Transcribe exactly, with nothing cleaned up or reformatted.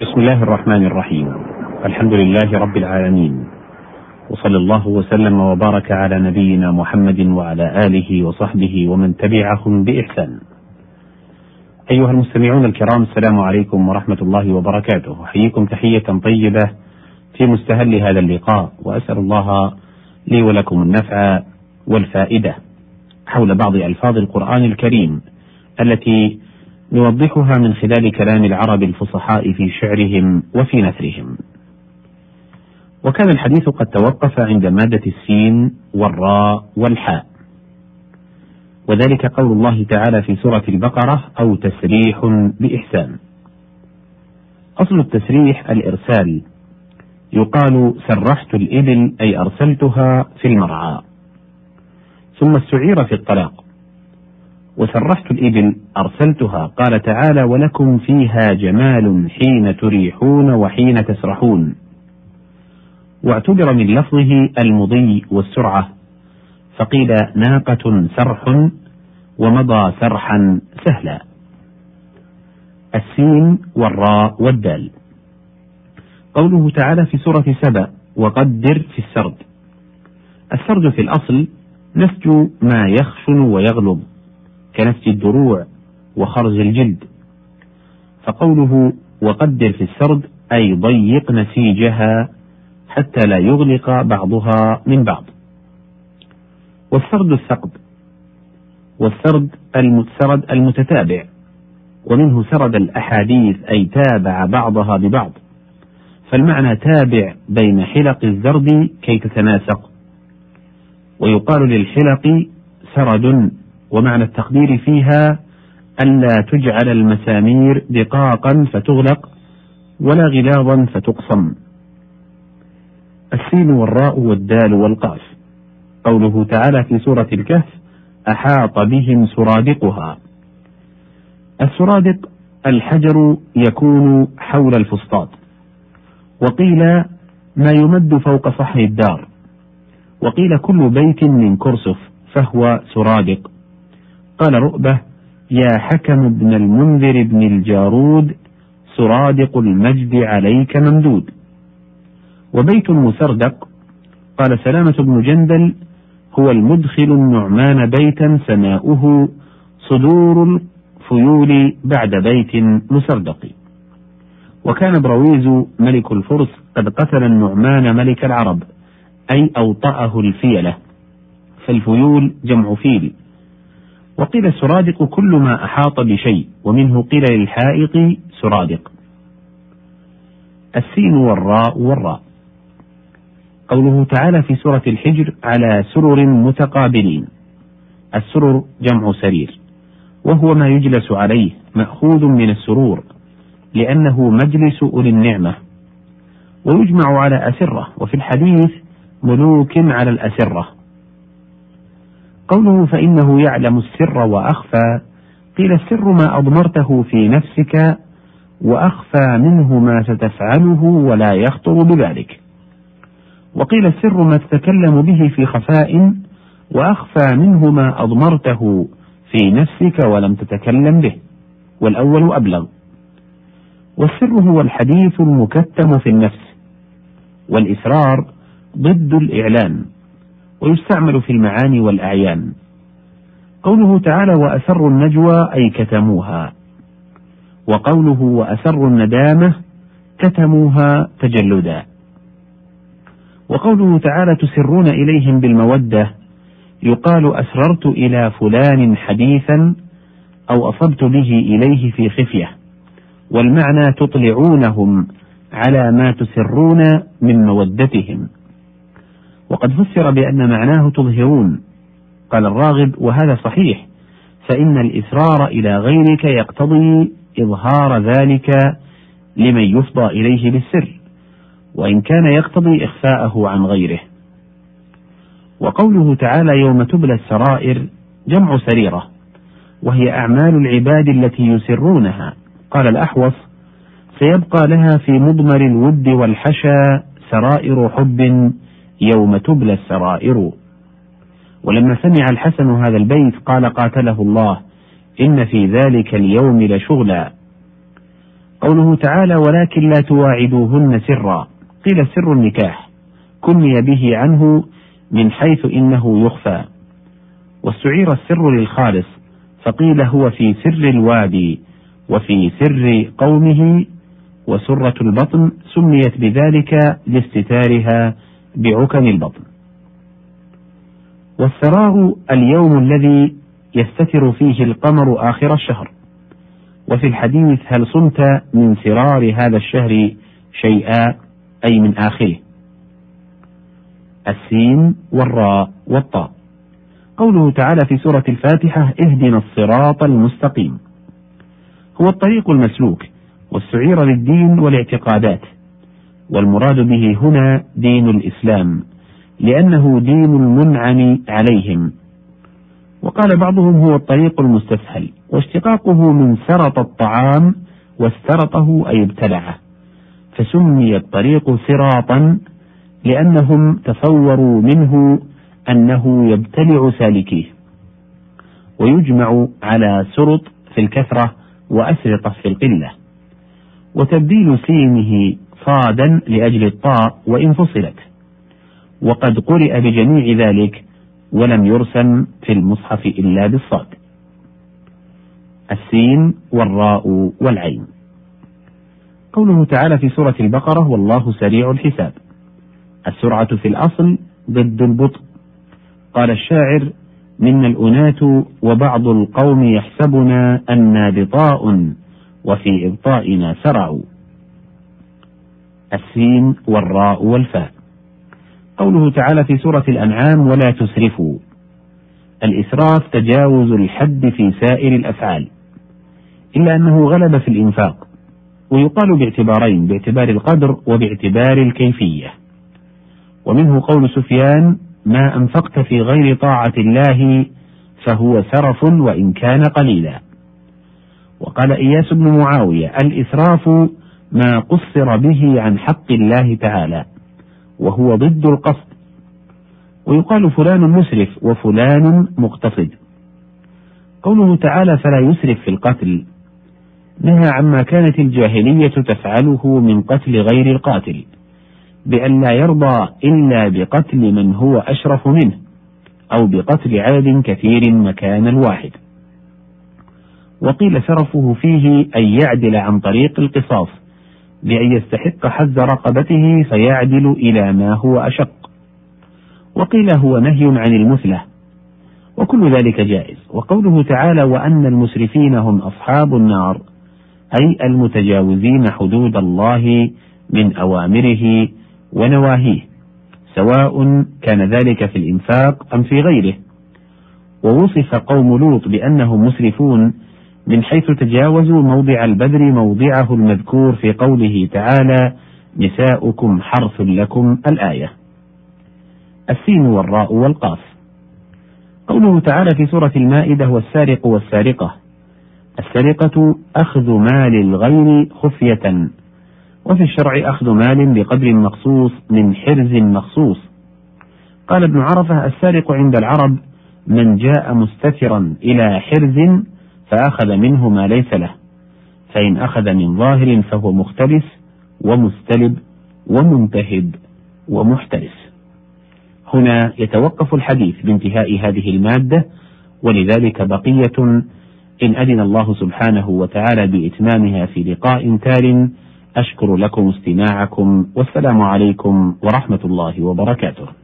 بسم الله الرحمن الرحيم. الحمد لله رب العالمين، وصلى الله وسلم وبارك على نبينا محمد وعلى آله وصحبه ومن تبعهم بإحسان. أيها المستمعون الكرام، السلام عليكم ورحمة الله وبركاته. أحييكم تحية طيبة في مستهل هذا اللقاء، وأسأل الله لي ولكم النفع والفائدة حول بعض ألفاظ القرآن الكريم التي نوضحها من خلال كلام العرب الفصحاء في شعرهم وفي نثرهم. وكان الحديث قد توقف عند مادة السين والراء والحاء، وذلك قول الله تعالى في سورة البقرة: أو تسريح بإحسان. أصل التسريح الإرسال، يقال سرحت الإبل أي أرسلتها في المرعى، ثم استعير في الطلاق. وسرحت الإبل أرسلتها، قال تعالى: ولكم فيها جمال حين تريحون وحين تسرحون. واعتبر من لفظه المضي والسرعة، فقيل ناقة سرح ومضى سرحا سهلا. السين والراء والدال. قوله تعالى في سورة سبأ: وقدر في السرد. السرد في الأصل نسج ما يخشن ويغلظ، كنسج الدروع وخرج الجلد، فقوله وقدر في السرد أي ضيق نسيجها حتى لا يغلق بعضها من بعض. والسرد الثقب، والسرد المتسرد المتتابع، ومنه سرد الأحاديث أي تابع بعضها ببعض، فالمعنى تابع بين حلق الزرد كي تتناسق. ويقال للحلق سرد، ومعنى التقدير فيها ألا تجعل المسامير دقاقا فتغلق ولا غلاظا فتقصم. السين والراء والدال والقاف. قوله تعالى في سورة الكهف: أحاط بهم سرادقها. السرادق الحجر يكون حول الفسطاط، وقيل ما يمد فوق صحن الدار، وقيل كل بيت من كرسف فهو سرادق. قال رؤبة: يا حكم بن المنذر بن الجارود، سرادق المجد عليك ممدود. وبيت مسردق، قال سلامة بن جندل: هو المدخل النعمان بيتا سماؤه صدور الفيول بعد بيت مسردق. وكان برويز ملك الفرس قد قتل النعمان ملك العرب، أي أوطأه الفيلة، فالفيول جمع فيل. وقيل السرادق كل ما أحاط بشيء، ومنه قيل للحائط سرادق. السين والراء والراء. قوله تعالى في سورة الحجر: على سرر متقابلين. السرر جمع سرير، وهو ما يجلس عليه، مأخوذ من السرور لأنه مجلس أولي النعمة. ويجمع على أسرة، وفي الحديث ملوك على الأسرة. قوله فإنه يعلم السر وأخفى، قيل السر ما أضمرته في نفسك، وأخفى منه ما ستفعله ولا يخطر ببالك. وقيل السر ما تتكلم به في خفاء، وأخفى منه ما أضمرته في نفسك ولم تتكلم به، والأول أبلغ. والسر هو الحديث المكتم في النفس، والإسرار ضد الإعلان، ويستعمل في المعاني والأعيان. قوله تعالى وأسروا النجوى أي كتموها. وقوله وأسروا الندامة كتموها تجلدا. وقوله تعالى تسرون إليهم بالمودة، يقال أسررت إلى فلان حديثا أو أصبت به إليه في خفية، والمعنى تطلعونهم على ما تسرون من مودتهم. وقد فسر بأن معناه تظهرون. قال الراغب: وهذا صحيح، فإن الإسرار إلى غيرك يقتضي إظهار ذلك لمن يفضى إليه بالسر، وإن كان يقتضي إخفاءه عن غيره. وقوله تعالى يوم تبلى السرائر جمع سريرة، وهي أعمال العباد التي يسرونها. قال الأحوص: سيبقى لها في مضمر الود والحشا سرائر حب يوم تبلى السرائر. ولما سمع الحسن هذا البيت قال قاتله الله: إن في ذلك اليوم لشغلا. قوله تعالى ولكن لا تواعدوهن سرا، قيل سر النكاح كني به عنه من حيث إنه يخفى، واستعير السر للخالص فقيل هو في سر الوادي وفي سر قومه، وسرة البطن سميت بذلك لاستتارها بعكن البطن. والسرار اليوم الذي يستتر فيه القمر آخر الشهر، وفي الحديث هل صمت من سرار هذا الشهر شيئا، أي من آخره. السين والراء والطاء. قوله تعالى في سورة الفاتحة اهدنا الصراط المستقيم، هو الطريق المسلوك، واستعير للدين والاعتقادات، والمراد به هنا دين الإسلام لأنه دين المنعم عليهم. وقال بعضهم هو الطريق المستسهل، واشتقاقه من سرط الطعام واسترطه أي ابتلعه، فسمي الطريق صراطا لأنهم تصوروا منه أنه يبتلع سالكيه، ويجمع على سرط في الكثرة وأسرطة في القلة، وتبديل سينه صادا لأجل الطاء وإن فصلت، وقد قرئ بجميع ذلك ولم يرسم في المصحف إلا بالصاد. السين والراء والعين. قوله تعالى في سورة البقرة والله سريع الحساب، السرعة في الأصل ضد البطء. قال الشاعر منا الأناة وبعض القوم يحسبنا أنا بطاء وفي إبطائنا سرعوا. السين والراء والفاء. قوله تعالى في سورة الأنعام ولا تسرفوا، الإسراف تجاوز الحد في سائر الأفعال، إلا أنه غلب في الإنفاق، ويقال باعتبارين، باعتبار القدر وباعتبار الكيفية. ومنه قول سفيان ما أنفقت في غير طاعة الله فهو سرف وإن كان قليلا. وقال إياس بن معاوية الإسراف ما قصر به عن حق الله تعالى، وهو ضد القصد. ويقال فلان مسرف وفلان مقتصد. قوله تعالى فلا يسرف في القتل، نهى عما كانت الجاهلية تفعله من قتل غير القاتل، بأن لا يرضى إلا بقتل من هو أشرف منه، أو بقتل عدد كثير مكان الواحد. وقيل سرفه فيه أن يعدل عن طريق القصاص بأن يستحق حز رقبته فيعدل إلى ما هو أشق. وقيل هو نهي عن المثلة، وكل ذلك جائز. وقوله تعالى وأن المسرفين هم أصحاب النار، أي المتجاوزين حدود الله من أوامره ونواهيه، سواء كان ذلك في الإنفاق أم في غيره. ووصف قوم لوط بأنهم مسرفون من حيث تجاوزوا موضع البذر موضعه المذكور في قوله تعالى نساؤكم حرث لكم الآية. السين والراء والقاف. قوله تعالى في سورة المائدة والسارق والسارقة، السرقة أخذ مال الغير خفية، وفي الشرع أخذ مال بقدر مخصوص من حرز مخصوص. قال ابن عرفة السارق عند العرب من جاء مستترا إلى حرز فأخذ منه ما ليس له، فإن أخذ من ظاهر فهو مختلس ومستلب ومنتهب ومحترس. هنا يتوقف الحديث بانتهاء هذه المادة، ولذلك بقية إن أذن الله سبحانه وتعالى بإتمامها في لقاء تال. أشكر لكم استماعكم، والسلام عليكم ورحمة الله وبركاته.